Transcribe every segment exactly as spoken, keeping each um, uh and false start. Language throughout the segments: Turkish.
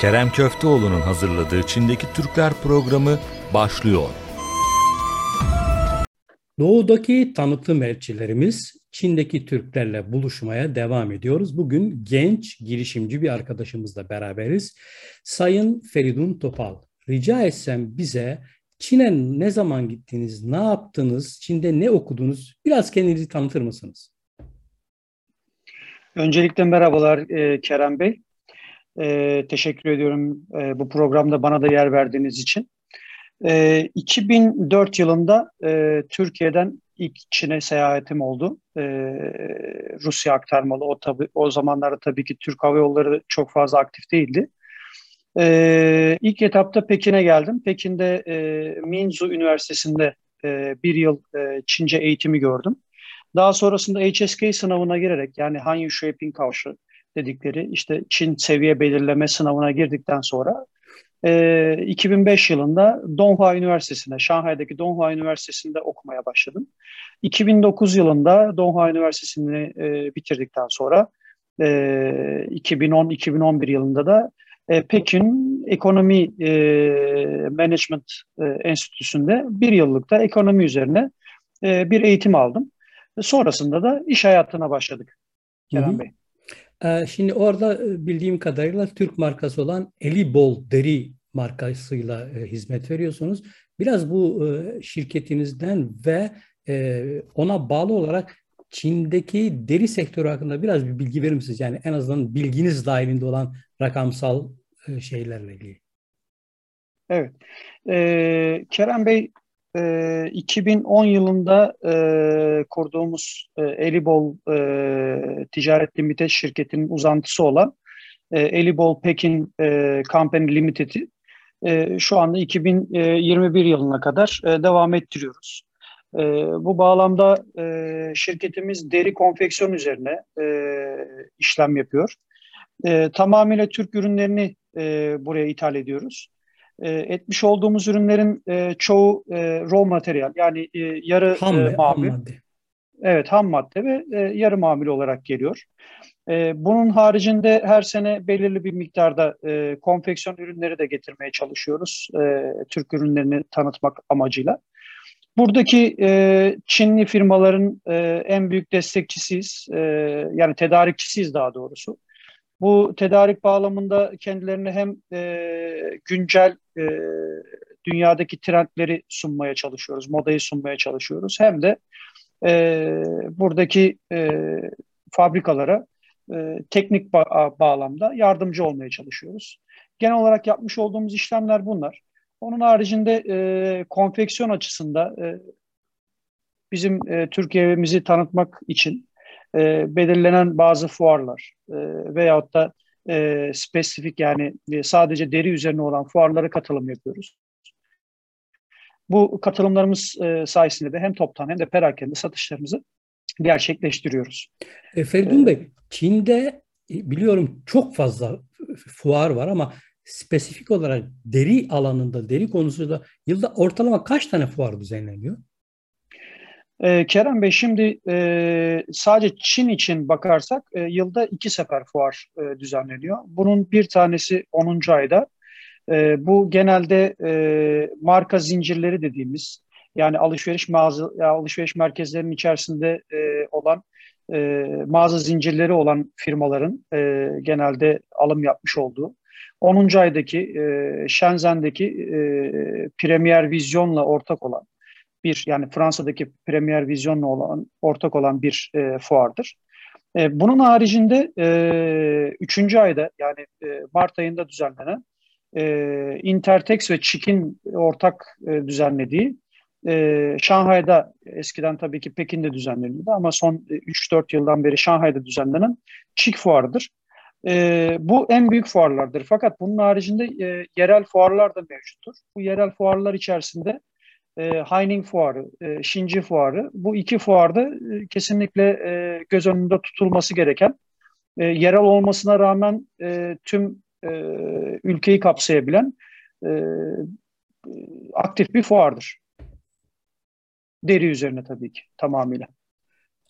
Kerem Köfteoğlu'nun hazırladığı Çin'deki Türkler programı başlıyor. Doğudaki tanıtım elçilerimiz Çin'deki Türklerle buluşmaya devam ediyoruz. Bugün genç, girişimci bir arkadaşımızla beraberiz. Sayın Feridun Topal, rica etsem bize Çin'e ne zaman gittiniz, ne yaptınız, Çin'de ne okudunuz? Biraz kendinizi tanıtır mısınız? Öncelikle merhabalar e, Kerem Bey. E, teşekkür ediyorum e, bu programda bana da yer verdiğiniz için. E, iki bin dört yılında e, Türkiye'den ilk Çin'e seyahatim oldu. E, Rusya aktarmalı. O tabii o zamanlarda tabii ki Türk Hava Yolları çok fazla aktif değildi. E, ilk etapta Pekin'e geldim. Pekin'de e, Minzu Üniversitesi'nde e, bir yıl e, Çince eğitimi gördüm. Daha sonrasında H S K sınavına girerek yani Hanyu Shuiping Kaoshi dedikleri işte Çin seviye belirleme sınavına girdikten sonra e, iki bin beş yılında Donghua Üniversitesi'nde, Şanghay'daki Donghua Üniversitesi'nde okumaya başladım. iki bin dokuz yılında Donghua Üniversitesi'ni e, bitirdikten sonra e, iki bin on iki bin on bir yılında da e, Pekin Ekonomi e, Management e, Enstitüsü'nde bir yıllıkta ekonomi üzerine e, bir eğitim aldım. Sonrasında da iş hayatına başladık Hı hı. Kerem Bey. Ee, Şimdi orada e, bildiğim kadarıyla Türk markası olan Eli Bol Deri markasıyla e, hizmet veriyorsunuz. Biraz bu e, şirketinizden ve e, ona bağlı olarak Çin'deki deri sektörü hakkında biraz bir bilgi verir misiniz? Yani en azından bilginiz dahilinde olan rakamsal e, şeylerle ilgili. Evet. Ee, Kerem Bey e, iki bin on yılında e, kurduğumuz e, Elibol e, Ticaret Limited şirketinin uzantısı olan e, Elibol Pekin e, Company Limited'i e, şu anda iki bin yirmi bir yılına kadar e, devam ettiriyoruz. E, Bu bağlamda e, şirketimiz deri konfeksiyon üzerine e, işlem yapıyor. E, tamamıyla Türk ürünlerini e, buraya ithal ediyoruz. E, etmiş olduğumuz ürünlerin e, çoğu e, raw material yani e, yarı Ham, e, ham mamul, madde. evet ham madde ve e, yarı mamul olarak geliyor. E, bunun haricinde her sene belirli bir miktarda e, konfeksiyon ürünleri de getirmeye çalışıyoruz. E, Türk ürünlerini tanıtmak amacıyla. Buradaki e, Çinli firmaların e, en büyük destekçisiyiz. E, yani tedarikçisiyiz daha doğrusu. Bu tedarik bağlamında kendilerine hem e, güncel e, dünyadaki trendleri sunmaya çalışıyoruz, modayı sunmaya çalışıyoruz. Hem de e, buradaki e, fabrikalara e, teknik ba- bağlamda yardımcı olmaya çalışıyoruz. Genel olarak yapmış olduğumuz işlemler bunlar. Onun haricinde e, konfeksiyon açısında e, bizim e, Türkiye'mizi tanıtmak için e, belirlenen bazı fuarlar e, veyahut da e, spesifik yani e, sadece deri üzerine olan fuarlara katılım yapıyoruz. Bu katılımlarımız e, sayesinde de hem toptan hem de perakende satışlarımızı gerçekleştiriyoruz. E, E, Feridun Bey, Çin'de e, biliyorum çok fazla fuar var ama spesifik olarak deri alanında, deri konusunda yılda ortalama kaç tane fuar düzenleniyor? e, Kerem Bey şimdi e, sadece Çin için bakarsak e, yılda iki sefer fuar e, düzenleniyor. Bunun bir tanesi onuncu ayda. E, bu genelde e, marka zincirleri dediğimiz yani alışveriş mağaza alışveriş merkezlerinin içerisinde e, olan e, mağaza zincirleri olan firmaların e, genelde alım yapmış olduğu. onuncu aydaki e, Shenzhen'deki e, Premier Vision'la ortak olan bir yani Fransa'daki Premier Vision'la olan ortak olan bir e, fuardır. E, bunun haricinde e, üçüncü ayda yani e, Mart ayında düzenlenen e, Intertex ve ÇİK'in ortak e, düzenlediği e, Şanghay'da eskiden tabii ki Pekin'de düzenleniyordu ama son üç dört yıldan beri Şanghay'da düzenlenen ÇİK fuarıdır. E, bu en büyük fuarlardır. Fakat bunun haricinde e, yerel fuarlar da mevcuttur. Bu yerel fuarlar içerisinde e, Haining Fuarı, e, Şinci Fuarı. Bu iki fuarda e, kesinlikle e, göz önünde tutulması gereken, e, yerel olmasına rağmen e, tüm e, ülkeyi kapsayabilen e, aktif bir fuardır. Deri üzerine tabii ki tamamıyla.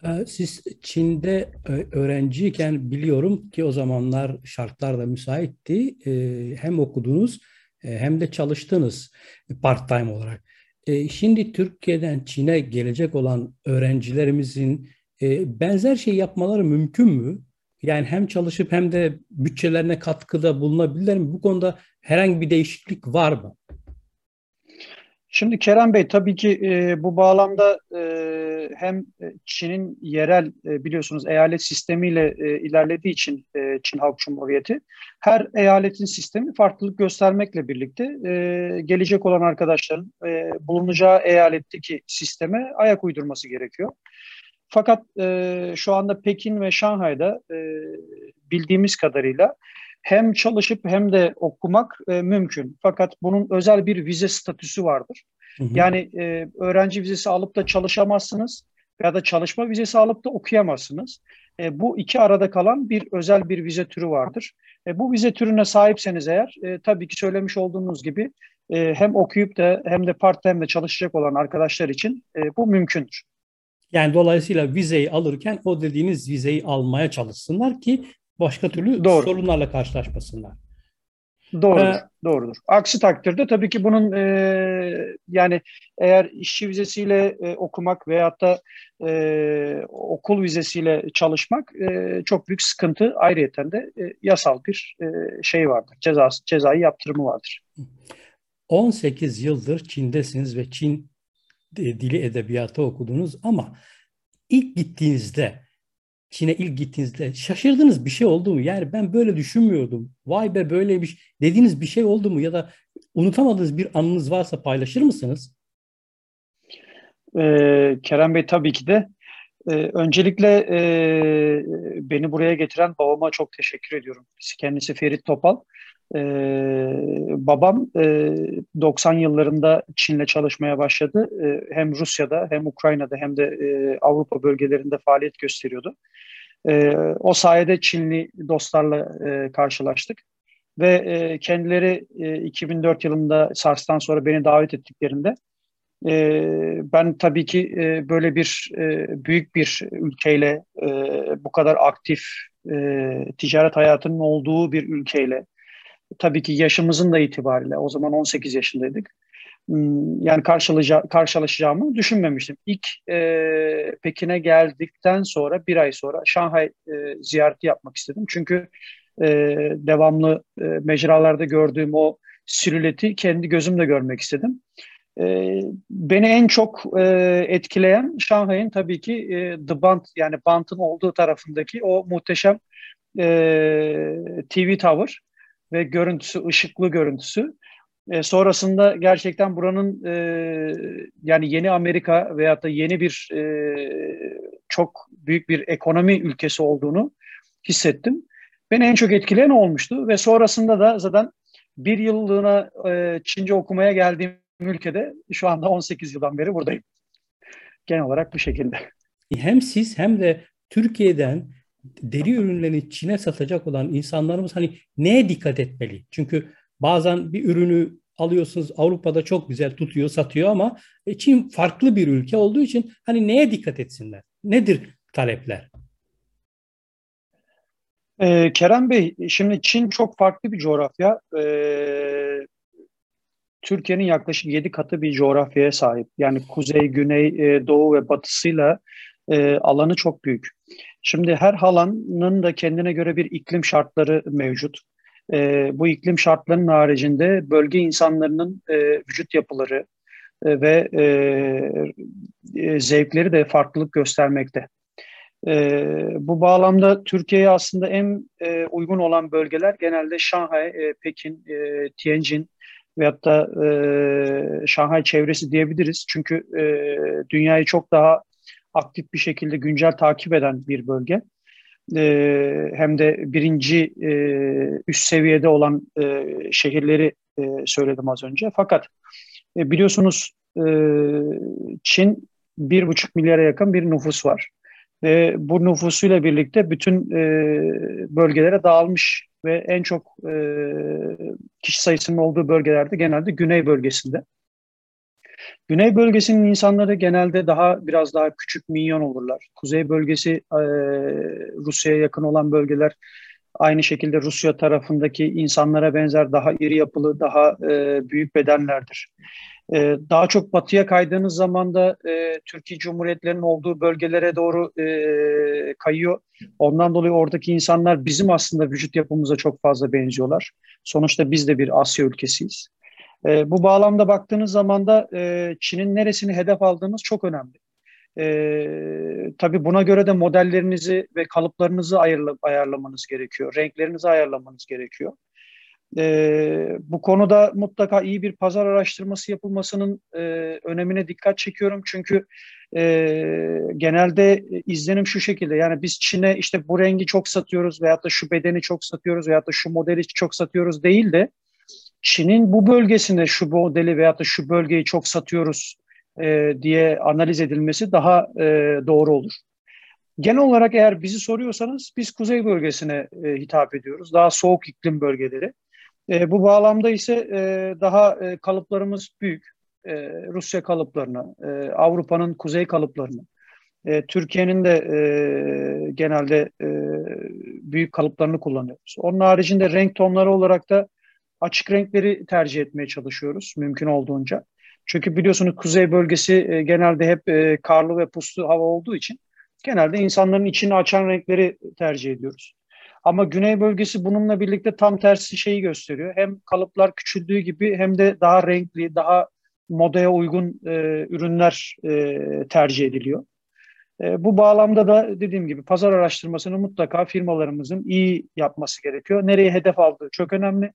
Ee, Siz Çin'de e, öğrenciyken biliyorum ki o zamanlar şartlar da müsaitti. Ee, Hem okudunuz e, hem de çalıştınız part-time olarak. Ee, Şimdi Türkiye'den Çin'e gelecek olan öğrencilerimizin e, benzer şey yapmaları mümkün mü? Yani hem çalışıp hem de bütçelerine katkıda bulunabilirler mi? Bu konuda herhangi bir değişiklik var mı? Şimdi Kerem Bey, tabii ki e, bu bağlamda e, hem Çin'in yerel e, biliyorsunuz eyalet sistemiyle e, ilerlediği için e, Çin Halk Cumhuriyeti her eyaletin sistemi farklılık göstermekle birlikte e, gelecek olan arkadaşların e, bulunacağı eyaletteki sisteme ayak uydurması gerekiyor. Fakat e, şu anda Pekin ve Şanghay'da e, bildiğimiz kadarıyla hem çalışıp hem de okumak e, mümkün. Fakat bunun özel bir vize statüsü vardır. Hı hı. Yani e, öğrenci vizesi alıp da çalışamazsınız ya da çalışma vizesi alıp da okuyamazsınız. E, bu iki arada kalan bir özel bir vize türü vardır. E, bu vize türüne sahipseniz eğer e, tabii ki söylemiş olduğunuz gibi e, hem okuyup da hem de part-time de çalışacak olan arkadaşlar için e, bu mümkündür. Yani dolayısıyla vizeyi alırken o dediğiniz vizeyi almaya çalışsınlar ki başka türlü Doğru. sorunlarla karşılaşmasınlar. Doğrudur, Ee, doğrudur. Aksi takdirde tabii ki bunun e, yani eğer işçi vizesiyle e, okumak veyahut da e, okul vizesiyle çalışmak e, çok büyük sıkıntı. Ayrıyeten de e, yasal bir e, şey vardır. Cezası, cezai yaptırımı vardır. on sekiz yıldır Çin'desiniz ve Çin e, dili edebiyatı okudunuz ama ilk gittiğinizde, Çin'e ilk gittiğinizde şaşırdığınız bir şey oldu mu? Yani ben böyle düşünmüyordum. Vay be böyleymiş dediğiniz bir şey oldu mu? Ya da unutamadığınız bir anınız varsa paylaşır mısınız? E, Kerem Bey, tabii ki de e, öncelikle e, beni buraya getiren babama çok teşekkür ediyorum. Kendisi Ferit Topal. Ee, babam e, doksan yıllarında Çin'le çalışmaya başladı. Ee, hem Rusya'da hem Ukrayna'da hem de e, Avrupa bölgelerinde faaliyet gösteriyordu. Ee, o sayede Çinli dostlarla e, karşılaştık. Ve e, kendileri e, iki bin dört yılında SARS'tan sonra beni davet ettiklerinde e, ben tabii ki e, böyle bir e, büyük bir ülkeyle e, bu kadar aktif e, ticaret hayatının olduğu bir ülkeyle tabii ki yaşımızın da itibariyle o zaman on sekiz yaşındaydık. Hmm, Yani karşılaca, karşılaşacağımı düşünmemiştim. İlk e, Pekin'e geldikten sonra bir ay sonra Şanghay e, ziyareti yapmak istedim. Çünkü e, devamlı e, mecralarda gördüğüm o silüeti kendi gözümle görmek istedim. E, Beni en çok e, etkileyen Şanghay'ın tabii ki e, The Bund, yani Bund'ın olduğu tarafındaki o muhteşem e, T V Tower ve görüntüsü, ışıklı görüntüsü. E, sonrasında gerçekten buranın e, yani yeni Amerika veyahut da yeni bir e, çok büyük bir ekonomi ülkesi olduğunu hissettim. Beni en çok etkileyen o olmuştu ve sonrasında da zaten bir yıllığına e, Çince okumaya geldiğim ülkede şu anda on sekiz yıldan beri buradayım. Genel olarak bu şekilde. Hem siz hem de Türkiye'den deri ürünlerini Çin'e satacak olan insanlarımız hani neye dikkat etmeli? Çünkü bazen bir ürünü alıyorsunuz Avrupa'da çok güzel tutuyor, satıyor ama e, Çin farklı bir ülke olduğu için hani neye dikkat etsinler? Nedir talepler? E, Kerem Bey, şimdi Çin çok farklı bir coğrafya. E, Türkiye'nin yaklaşık yedi katı bir coğrafyaya sahip. Yani kuzey, güney, e, doğu ve batısıyla e, alanı çok büyük. Şimdi her alanın da kendine göre bir iklim şartları mevcut. E, bu iklim şartlarının haricinde bölge insanlarının e, vücut yapıları e, ve e, e, zevkleri de farklılık göstermekte. E, Bu bağlamda Türkiye'ye aslında en e, uygun olan bölgeler genelde Şanghay, e, Pekin, e, Tianjin veyahut da e, Şanghay çevresi diyebiliriz. Çünkü e, dünyayı çok daha aktif bir şekilde güncel takip eden bir bölge. E, hem de birinci e, üst seviyede olan e, şehirleri e, söyledim az önce. Fakat e, biliyorsunuz e, Çin bir buçuk milyara yakın bir nüfus var. Ve bu nüfusuyla birlikte bütün e, bölgelere dağılmış ve en çok e, kişi sayısının olduğu bölgelerde genelde güney bölgesinde. Güney bölgesinin insanları genelde daha biraz daha küçük, minyon olurlar. Kuzey bölgesi, e, Rusya'ya yakın olan bölgeler aynı şekilde Rusya tarafındaki insanlara benzer daha iri yapılı, daha e, büyük bedenlerdir. E, daha çok batıya kaydığınız zaman da e, Türkiye Cumhuriyetlerinin olduğu bölgelere doğru e, kayıyor. Ondan dolayı oradaki insanlar bizim aslında vücut yapımıza çok fazla benziyorlar. Sonuçta biz de bir Asya ülkesiyiz. E, bu bağlamda baktığınız zaman da e, Çin'in neresini hedef aldığımız çok önemli. E, tabii buna göre de modellerinizi ve kalıplarınızı ayarla, ayarlamanız gerekiyor. Renklerinizi ayarlamanız gerekiyor. E, bu konuda mutlaka iyi bir pazar araştırması yapılmasının e, önemine dikkat çekiyorum. Çünkü e, genelde izlenim şu şekilde. Yani biz Çin'e işte bu rengi çok satıyoruz veyahut da şu bedeni çok satıyoruz veyahut da şu modeli çok satıyoruz değil de Çin'in bu bölgesinde şu modeli veyahut da şu bölgeyi çok satıyoruz e, diye analiz edilmesi daha e, doğru olur. Genel olarak eğer bizi soruyorsanız biz kuzey bölgesine e, hitap ediyoruz. Daha soğuk iklim bölgeleri. E, bu bağlamda ise e, daha e, kalıplarımız büyük. E, Rusya kalıplarını, e, Avrupa'nın kuzey kalıplarını, e, Türkiye'nin de e, genelde e, büyük kalıplarını kullanıyoruz. Onun haricinde renk tonları olarak da açık renkleri tercih etmeye çalışıyoruz mümkün olduğunca. Çünkü biliyorsunuz kuzey bölgesi e, genelde hep e, karlı ve puslu hava olduğu için genelde insanların içini açan renkleri tercih ediyoruz. Ama güney bölgesi bununla birlikte tam tersi şeyi gösteriyor. Hem kalıplar küçüldüğü gibi hem de daha renkli, daha modaya uygun e, ürünler e, tercih ediliyor. E, bu bağlamda da dediğim gibi pazar araştırmasını mutlaka firmalarımızın iyi yapması gerekiyor. Nereye hedef aldığı çok önemli.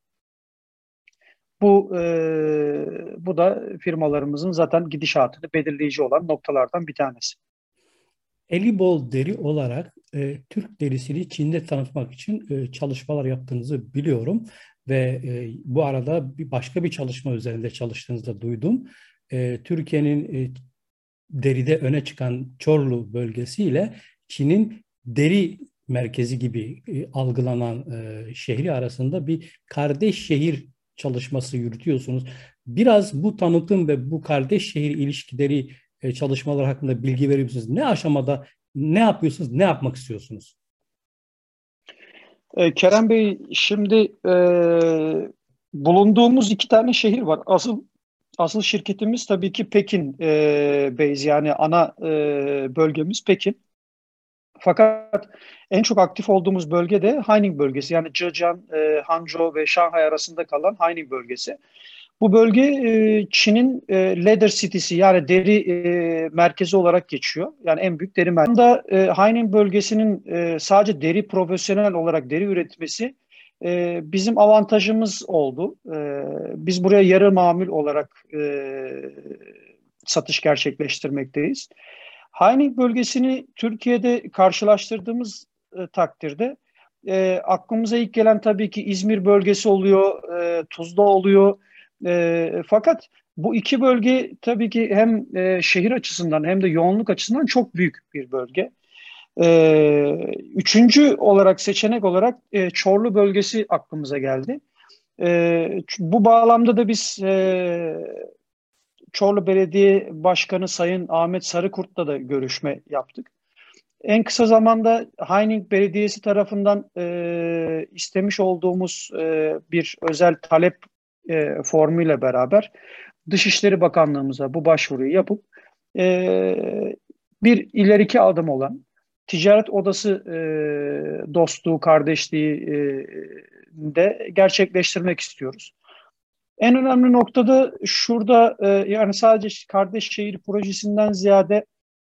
Bu e, bu da firmalarımızın zaten gidişatını belirleyici olan noktalardan bir tanesi. Eli bol deri olarak e, Türk derisini Çin'de tanıtmak için e, çalışmalar yaptığınızı biliyorum ve e, bu arada bir başka bir çalışma üzerinde çalıştığınızı da duydum. E, Türkiye'nin e, deride öne çıkan Çorlu bölgesiyle Çin'in deri merkezi gibi e, algılanan e, şehri arasında bir kardeş şehir çalışması yürütüyorsunuz. Biraz bu tanıtım ve bu kardeş şehir ilişkileri e, çalışmalar hakkında bilgi verir misiniz? Ne aşamada, ne yapıyorsunuz, ne yapmak istiyorsunuz? E, Kerem Bey, şimdi e, bulunduğumuz iki tane şehir var. Asıl asıl şirketimiz tabii ki Pekin e, base yani ana e, bölgemiz Pekin. Fakat en çok aktif olduğumuz bölge de Haining bölgesi. Yani Zhejiang, e, Hangzhou ve Şanghay arasında kalan Haining bölgesi. Bu bölge e, Çin'in e, Leather City'si yani deri e, merkezi olarak geçiyor. Yani en büyük deri merkezi. Aslında e, Haining bölgesinin e, sadece deri profesyonel olarak deri üretmesi e, bizim avantajımız oldu. E, biz buraya yarı mamul olarak e, satış gerçekleştirmekteyiz. Haining bölgesini Türkiye'de karşılaştırdığımız e, takdirde e, aklımıza ilk gelen tabii ki İzmir bölgesi oluyor, e, Tuzla oluyor. E, fakat bu iki bölge tabii ki hem e, şehir açısından hem de yoğunluk açısından çok büyük bir bölge. E, üçüncü olarak seçenek olarak e, Çorlu bölgesi aklımıza geldi. E, bu bağlamda da biz e, Çorlu Belediye Başkanı Sayın Ahmet Sarıkurt'la da görüşme yaptık. En kısa zamanda Haining Belediyesi tarafından e, istemiş olduğumuz e, bir özel talep e, formuyla beraber Dışişleri Bakanlığımıza bu başvuruyu yapıp e, bir ileriki adım olan ticaret odası e, dostluğu, kardeşliği e, de gerçekleştirmek istiyoruz. En önemli noktada şurada e, yani sadece kardeş şehir projesinden ziyade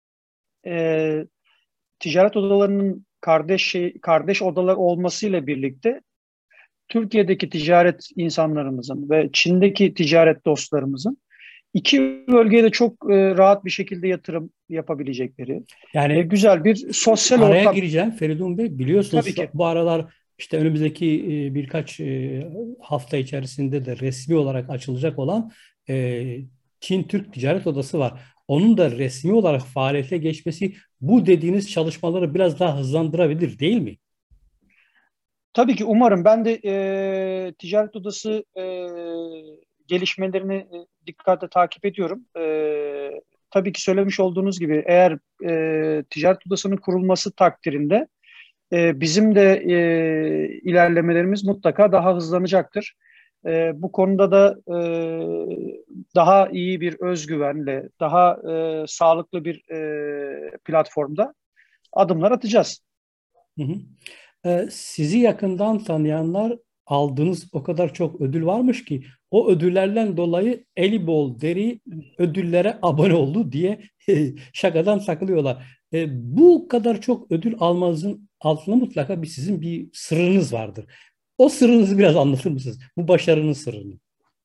e, ticaret odalarının kardeş şey, kardeş odalar olmasıyla birlikte Türkiye'deki ticaret insanlarımızın ve Çin'deki ticaret dostlarımızın iki bölgeye de çok e, rahat bir şekilde yatırım yapabilecekleri e, Yani güzel bir sosyal araya ortam. gireceğim Feridun Bey. Biliyorsunuz Tabii şu- ki. bu aralar işte önümüzdeki e, birkaç e, hafta içerisinde de resmi olarak açılacak olan e, Çin-Türk Ticaret Odası var. Onun da resmi olarak faaliyete geçmesi bu dediğiniz çalışmaları biraz daha hızlandırabilir değil mi? Tabii ki umarım ben de e, ticaret odası e, gelişmelerini e, dikkatle takip ediyorum. E, tabii ki söylemiş olduğunuz gibi eğer e, ticaret odasının kurulması takdirinde e, bizim de e, ilerlemelerimiz mutlaka daha hızlanacaktır. E, bu konuda da e, daha iyi bir özgüvenle, daha e, sağlıklı bir e, platformda adımlar atacağız. Hı hı. Ee, sizi yakından tanıyanlar aldığınız o kadar çok ödül varmış ki o ödüllerden dolayı eli bol deri ödüllere abone oldu diye şakadan takılıyorlar. Ee, bu kadar çok ödül almanızın altında mutlaka bir sizin bir sırrınız vardır. O sırrınızı biraz anlatır mısınız? Bu başarının sırrını.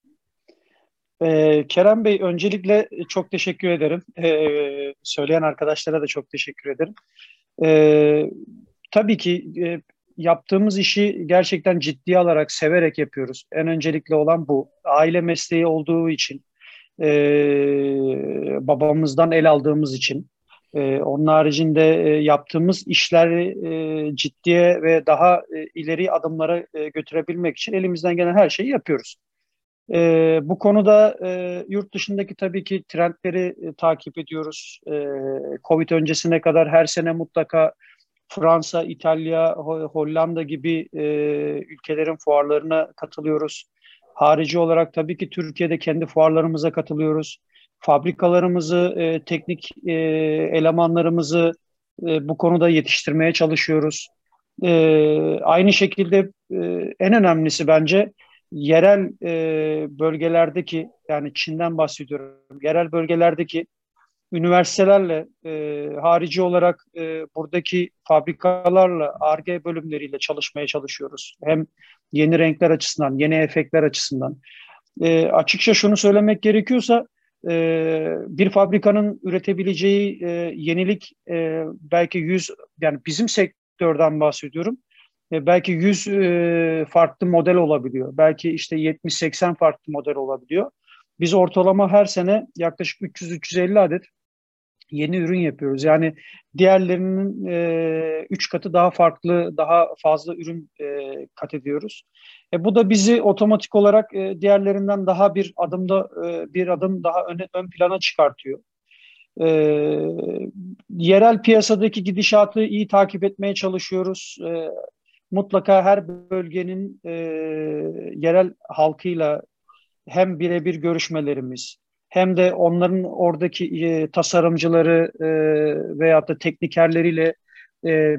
Ee, Kerem Bey, öncelikle çok teşekkür ederim. Ee, söyleyen arkadaşlara da çok teşekkür ederim. Ee, tabii ki e, yaptığımız işi gerçekten ciddiye alarak, severek yapıyoruz. En öncelikli olan bu. Aile mesleği olduğu için, e, babamızdan el aldığımız için, e, onun haricinde e, yaptığımız işleri e, ciddiye ve daha e, ileri adımlara e, götürebilmek için elimizden gelen her şeyi yapıyoruz. E, bu konuda e, yurt dışındaki tabii ki trendleri e, takip ediyoruz. E, Covid öncesine kadar her sene mutlaka Fransa, İtalya, Ho- Hollanda gibi e, ülkelerin fuarlarına katılıyoruz. Harici olarak tabii ki Türkiye'de kendi fuarlarımıza katılıyoruz. Fabrikalarımızı, e, teknik e, elemanlarımızı e, bu konuda yetiştirmeye çalışıyoruz. E, aynı şekilde e, en önemlisi bence yerel e, bölgelerdeki, yani Çin'den bahsediyorum, yerel bölgelerdeki üniversitelerle, e, harici olarak e, buradaki fabrikalarla, Ar-Ge bölümleriyle çalışmaya çalışıyoruz. Hem yeni renkler açısından, yeni efektler açısından. E, açıkça şunu söylemek gerekiyorsa, e, bir fabrikanın üretebileceği e, yenilik e, belki yüz, yani bizim sektörden bahsediyorum. E, belki yüz e, farklı model olabiliyor. Belki işte yetmiş seksen farklı model olabiliyor. Biz ortalama her sene yaklaşık üç yüz üç yüz elli adet yeni ürün yapıyoruz. Yani diğerlerinin e, üç katı daha farklı, daha fazla ürün e, kat ediyoruz. E, bu da bizi otomatik olarak e, diğerlerinden daha bir adımda e, bir adım daha öne, ön plana çıkartıyor. E, yerel piyasadaki gidişatı iyi takip etmeye çalışıyoruz. E, mutlaka her bölgenin e, yerel halkıyla hem birebir görüşmelerimiz hem de onların oradaki e, tasarımcıları e, veyahut da teknikerleriyle e,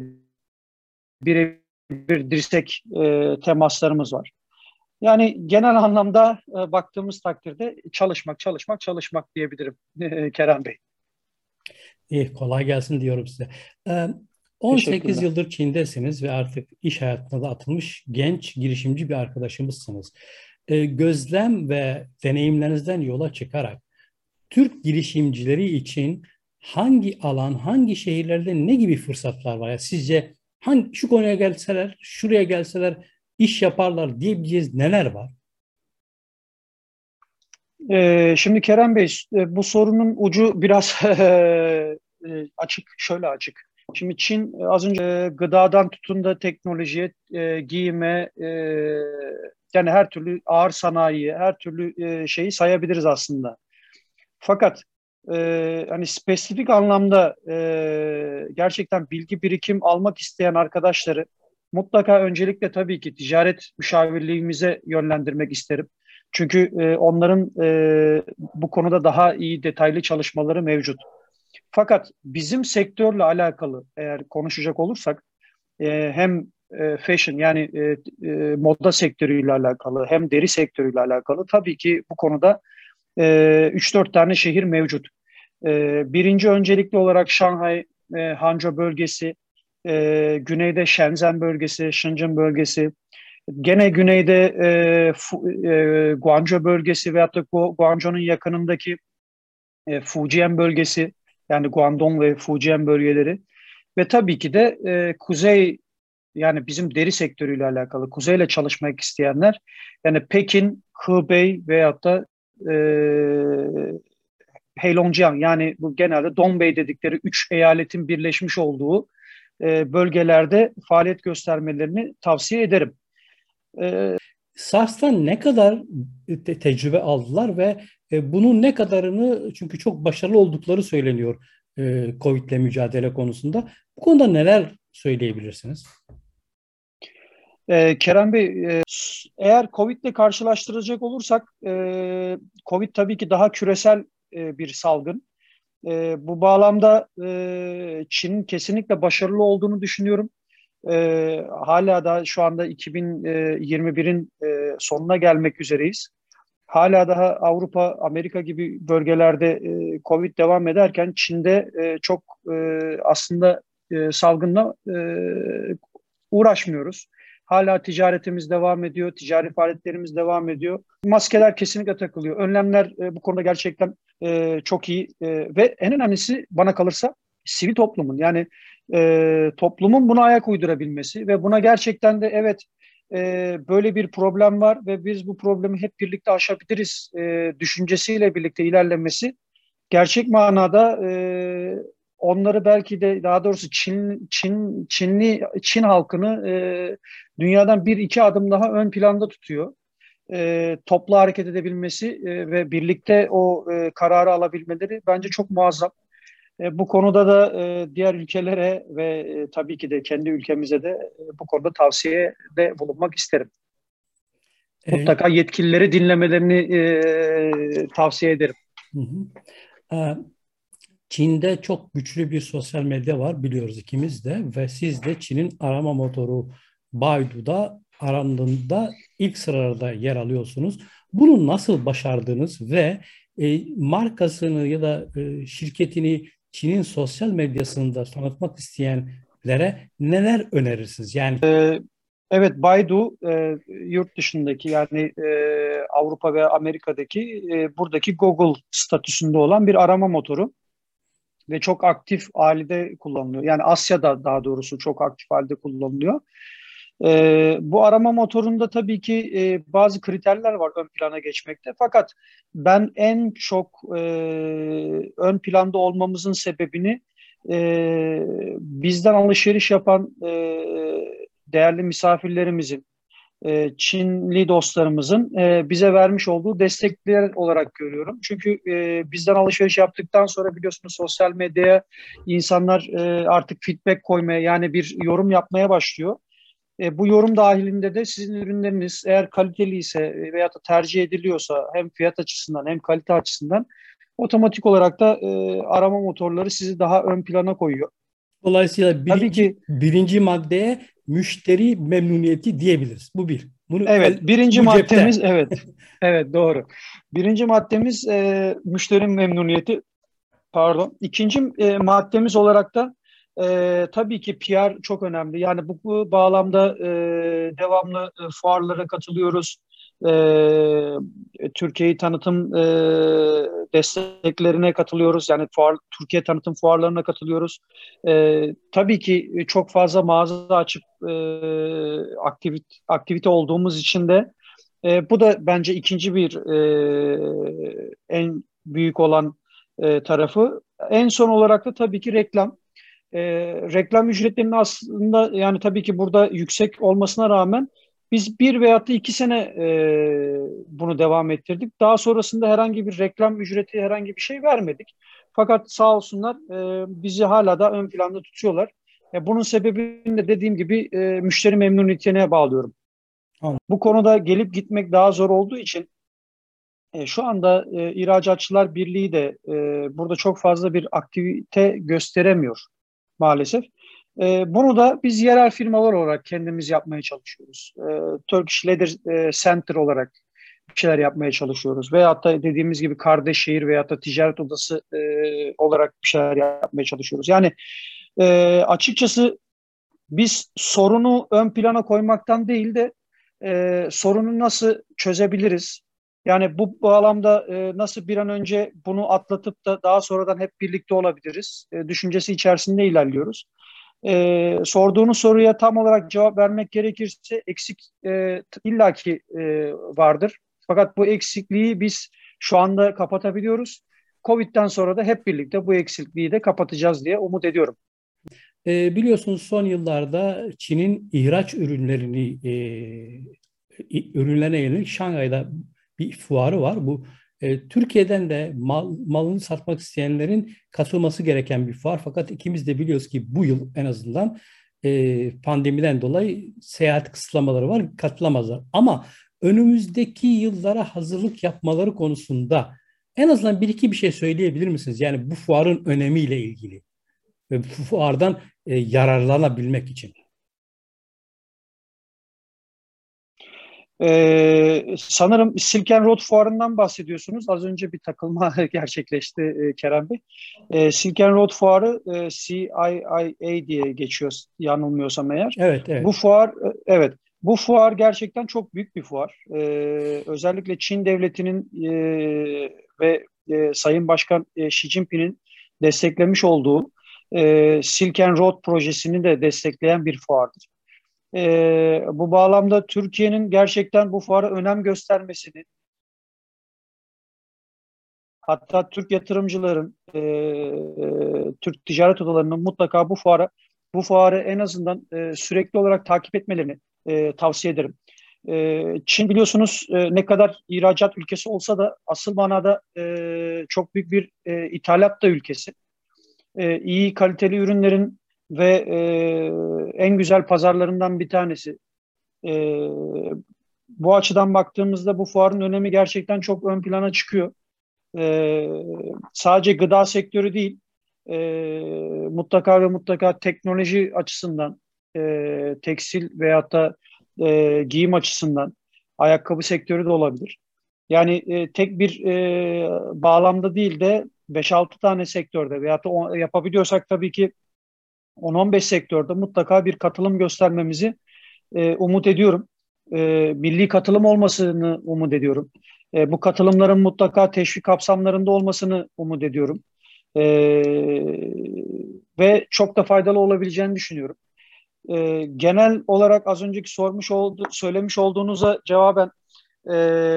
birebir dirsek e, temaslarımız var. Yani genel anlamda e, baktığımız takdirde çalışmak, çalışmak, çalışmak diyebilirim Kerem Bey. İyi, kolay gelsin diyorum size. Ee, on sekiz Teşekkürler. yıldır Çin'desiniz ve artık iş hayatına da atılmış genç girişimci bir arkadaşımızsınız. Ee, gözlem ve deneyimlerinizden yola çıkarak Türk girişimcileri için hangi alan, hangi şehirlerde ne gibi fırsatlar var? Ya sizce hangi, şu konuya gelseler, şuraya gelseler iş yaparlar diyebileceğiz neler var? Ee, şimdi Kerem Bey, e, bu sorunun ucu biraz e, açık, şöyle açık. Şimdi Çin, e, az önce e, gıdadan tutun da teknolojiye, e, giyime, e, yani her türlü ağır sanayi, her türlü e, şeyi sayabiliriz aslında. Fakat e, hani spesifik anlamda e, gerçekten bilgi birikim almak isteyen arkadaşları mutlaka öncelikle tabii ki ticaret müşavirliğimize yönlendirmek isterim. Çünkü e, onların e, bu konuda daha iyi detaylı çalışmaları mevcut. Fakat bizim sektörle alakalı eğer konuşacak olursak e, hem e, fashion, yani e, e, moda sektörüyle alakalı hem deri sektörüyle alakalı tabii ki bu konuda e, üç dört tane şehir mevcut. E, birinci öncelikli olarak Şanghay, e, Hangzhou bölgesi, e, güneyde Shenzhen bölgesi, Shenzhen bölgesi, gene güneyde e, Fu, e, Guangzhou bölgesi veyahut da Guangzhou'nun yakınındaki e, Fujian bölgesi, yani Guangdong ve Fujian bölgeleri ve tabii ki de e, kuzey, yani bizim deri sektörüyle alakalı kuzeyle çalışmak isteyenler, yani Pekin, Hebei veyahut da e, Heilongjiang, yani bu genelde Dongbei dedikleri üç eyaletin birleşmiş olduğu e, bölgelerde faaliyet göstermelerini tavsiye ederim. E, SARS'tan ne kadar te- tecrübe aldılar ve e, bunun ne kadarını, çünkü çok başarılı oldukları söyleniyor e, Covid'le mücadele konusunda. Bu konuda neler söyleyebilirsiniz? Ee, Kerem Bey, e, eğer Covid'le karşılaştıracak olursak, e, Covid tabii ki daha küresel e, bir salgın. E, bu bağlamda e, Çin'in kesinlikle başarılı olduğunu düşünüyorum. E, hala da şu anda iki bin yirmi birin e, sonuna gelmek üzereyiz. Hala daha Avrupa, Amerika gibi bölgelerde e, Covid devam ederken Çin'de e, çok e, aslında e, salgınla e, uğraşmıyoruz. Hala ticaretimiz devam ediyor, ticari faaliyetlerimiz devam ediyor. Maskeler kesinlikle takılıyor. Önlemler e, bu konuda gerçekten e, çok iyi. E, ve en önemlisi bana kalırsa sivil toplumun, yani e, toplumun buna ayak uydurabilmesi ve buna gerçekten de evet, e, böyle bir problem var ve biz bu problemi hep birlikte aşabiliriz e, düşüncesiyle birlikte ilerlemesi gerçek manada e, onları, belki de daha doğrusu Çin Çin Çinli Çin halkını e, dünyadan bir iki adım daha ön planda tutuyor. E, toplu hareket edebilmesi e, ve birlikte o e, kararı alabilmeleri bence çok muazzam. E, bu konuda da e, diğer ülkelere ve e, tabii ki de kendi ülkemize de e, bu konuda tavsiyede bulunmak isterim. E, Mutlaka yetkilileri dinlemelerini e, tavsiye ederim. hı hı. E, Çin'de çok güçlü bir sosyal medya var, biliyoruz ikimiz de, ve siz de Çin'in arama motoru Baidu'da arandığında ilk sıralarda yer alıyorsunuz. Bunu nasıl başardınız ve e, markasını ya da e, şirketini Çin'in sosyal medyasında tanıtmak isteyenlere neler önerirsiniz? Yani Evet, Baidu e, yurt dışındaki, yani e, Avrupa ve Amerika'daki e, buradaki Google statüsünde olan bir arama motoru ve çok aktif halde kullanılıyor. Yani Asya'da daha doğrusu çok aktif halde kullanılıyor. E, bu arama motorunda tabii ki e, bazı kriterler var ön plana geçmekte. Fakat ben en çok e, ön planda olmamızın sebebini e, bizden alışveriş yapan e, değerli misafirlerimizin, e, Çinli dostlarımızın e, bize vermiş olduğu destekler olarak görüyorum. Çünkü e, bizden alışveriş yaptıktan sonra biliyorsunuz sosyal medyaya insanlar e, artık feedback koymaya, yani bir yorum yapmaya başlıyor. E, bu yorum dahilinde de sizin ürünleriniz eğer kaliteli ise veya da tercih ediliyorsa hem fiyat açısından hem kalite açısından otomatik olarak da e, arama motorları sizi daha ön plana koyuyor. dolayısıyla Tabii birinci ki birinci maddeye müşteri memnuniyeti diyebiliriz. Bu bir. Bunu evet, el, birinci bu maddemiz, cepte. evet, evet, doğru. Birinci maddemiz e, müşteri memnuniyeti. Pardon. İkinci e, maddemiz olarak da e, tabii ki P R çok önemli. Yani bu, bu bağlamda e, devamlı e, fuarlara katılıyoruz. E, Türkiye'yi tanıtım e, desteklerine katılıyoruz. Yani fuar, Türkiye tanıtım fuarlarına katılıyoruz. E, tabii ki çok fazla mağaza açıp e, aktivite, aktivite olduğumuz için de e, bu da bence ikinci bir e, en büyük olan e, tarafı. En son olarak da tabii ki reklam. E, Reklam ücretlerinin aslında, yani tabii ki burada yüksek olmasına rağmen biz bir veyahut da iki sene e, bunu devam ettirdik. Daha sonrasında herhangi bir reklam ücreti, herhangi bir şey vermedik. Fakat sağ olsunlar e, bizi hala da ön planda tutuyorlar. E, bunun sebebini de dediğim gibi e, müşteri memnuniyetine bağlıyorum. Anladım. Bu konuda gelip gitmek daha zor olduğu için e, şu anda e, İhracatçılar Birliği de e, burada çok fazla bir aktivite gösteremiyor maalesef. E, bunu da biz yerel firmalar olarak kendimiz yapmaya çalışıyoruz. E, Turkish Leather e, Center olarak bir şeyler yapmaya çalışıyoruz. Veyahut da dediğimiz gibi kardeş şehir veyahut da ticaret odası e, olarak bir şeyler yapmaya çalışıyoruz. Yani e, açıkçası biz sorunu ön plana koymaktan değil de e, sorunu nasıl çözebiliriz? Yani bu bağlamda e, nasıl bir an önce bunu atlatıp da daha sonradan hep birlikte olabiliriz? E, düşüncesi içerisinde ilerliyoruz. E, sorduğunuz soruya tam olarak cevap vermek gerekirse eksik e, illaki e, vardır. Fakat bu eksikliği biz şu anda kapatabiliyoruz. Covid'den sonra da hep birlikte bu eksikliği de kapatacağız diye umut ediyorum. E, biliyorsunuz son yıllarda Çin'in ihraç ürünlerini e, ürünlerine yönelik Şangay'da bir fuarı var. Bu e, Türkiye'den de mal, malını satmak isteyenlerin katılması gereken bir fuar. Fakat ikimiz de biliyoruz ki bu yıl en azından e, pandemiden dolayı seyahat kısıtlamaları var, katılamazlar. Ama önümüzdeki yıllara hazırlık yapmaları konusunda en azından bir iki bir şey söyleyebilir misiniz? Yani bu fuarın önemiyle ilgili ve bu fuardan e, yararlanabilmek için. Ee, sanırım Silk and Road Fuarı'ndan bahsediyorsunuz. Az önce bir takılma gerçekleşti e, Kerem Bey. E, Silk and Road Fuarı e, C I I A diye geçiyor yanılmıyorsam eğer. Evet, evet. Bu fuar, e, evet, bu fuar gerçekten çok büyük bir fuar. E, özellikle Çin devletinin e, ve e, Sayın Başkan e, Xi Jinping'in desteklemiş olduğu e, Silk and Road projesini de destekleyen bir fuardır. Ee, bu bağlamda Türkiye'nin gerçekten bu fuara önem göstermesini, hatta Türk yatırımcıların, e, e, Türk ticaret odalarının mutlaka bu fuara, bu fuarı en azından e, sürekli olarak takip etmelerini e, tavsiye ederim. E, Çin biliyorsunuz e, ne kadar ihracat ülkesi olsa da asıl manada e, çok büyük bir e, ithalat da ülkesi. E, iyi kaliteli ürünlerin ve e, en güzel pazarlarından bir tanesi. E, Bu açıdan baktığımızda bu fuarın önemi gerçekten çok ön plana çıkıyor. E, sadece gıda sektörü değil, e, mutlaka ve mutlaka teknoloji açısından, e, tekstil veyahut da e, giyim açısından, ayakkabı sektörü de olabilir. Yani e, tek bir e, bağlamda değil de beş altı tane sektörde veyahut da o, yapabiliyorsak tabii ki on on beş sektörde mutlaka bir katılım göstermemizi e, umut ediyorum. E, milli katılım olmasını umut ediyorum. E, bu katılımların mutlaka teşvik kapsamlarında olmasını umut ediyorum. E, Ve çok da faydalı olabileceğini düşünüyorum. E, genel olarak az önceki sormuş oldu, söylemiş olduğunuza cevaben e,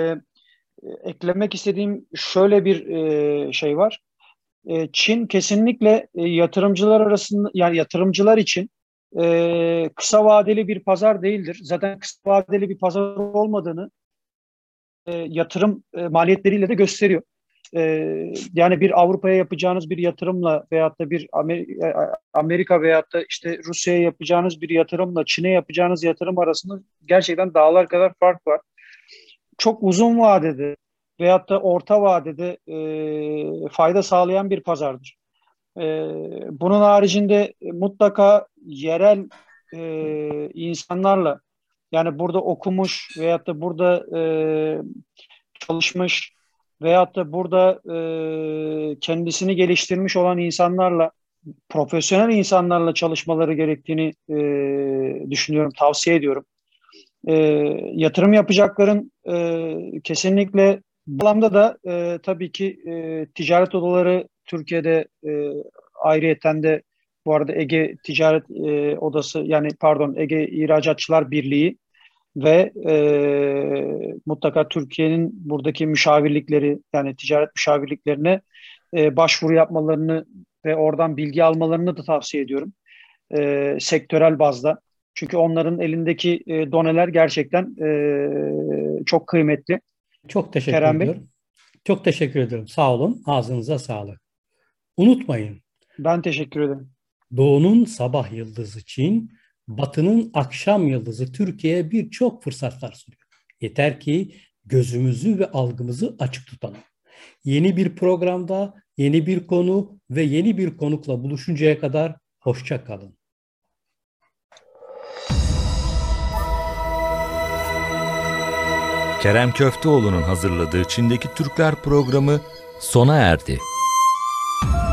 eklemek istediğim şöyle bir e, şey var. E, Çin kesinlikle e, yatırımcılar arasında, yani yatırımcılar için e, kısa vadeli bir pazar değildir. Zaten kısa vadeli bir pazar olmadığını e, yatırım e, maliyetleriyle de gösteriyor. E, Yani bir Avrupa'ya yapacağınız bir yatırımla veyahut da bir Amerika, Amerika veyahut da işte Rusya'ya yapacağınız bir yatırımla Çin'e yapacağınız yatırım arasında gerçekten dağlar kadar fark var. Çok uzun vadede veyahut da orta vadede e, fayda sağlayan bir pazardır. E, Bunun haricinde mutlaka yerel e, insanlarla, yani burada okumuş veyahut da burada e, çalışmış veyahut da burada e, kendisini geliştirmiş olan insanlarla, profesyonel insanlarla çalışmaları gerektiğini e, düşünüyorum, tavsiye ediyorum. E, Yatırım yapacakların e, kesinlikle bu anlamda da e, tabii ki e, ticaret odaları Türkiye'de e, ayrıyeten de bu arada Ege Ticaret e, Odası, yani pardon, Ege İhracatçılar Birliği ve e, mutlaka Türkiye'nin buradaki müşavirlikleri, yani ticaret müşavirliklerine e, başvuru yapmalarını ve oradan bilgi almalarını da tavsiye ediyorum. E, sektörel bazda. Çünkü onların elindeki e, doneler gerçekten e, çok kıymetli. Çok teşekkür Kerem Bey, ediyorum. Çok teşekkür ederim. Sağ olun. Ağzınıza sağlık. Unutmayın, ben teşekkür ederim. Doğu'nun sabah yıldızı Çin, Batı'nın akşam yıldızı Türkiye'ye birçok fırsatlar sunuyor. Yeter ki gözümüzü ve algımızı açık tutalım. Yeni bir programda, yeni bir konu ve yeni bir konukla buluşuncaya kadar hoşça kalın. Kerem Köfteoğlu'nun hazırladığı Çin'deki Türkler programı sona erdi.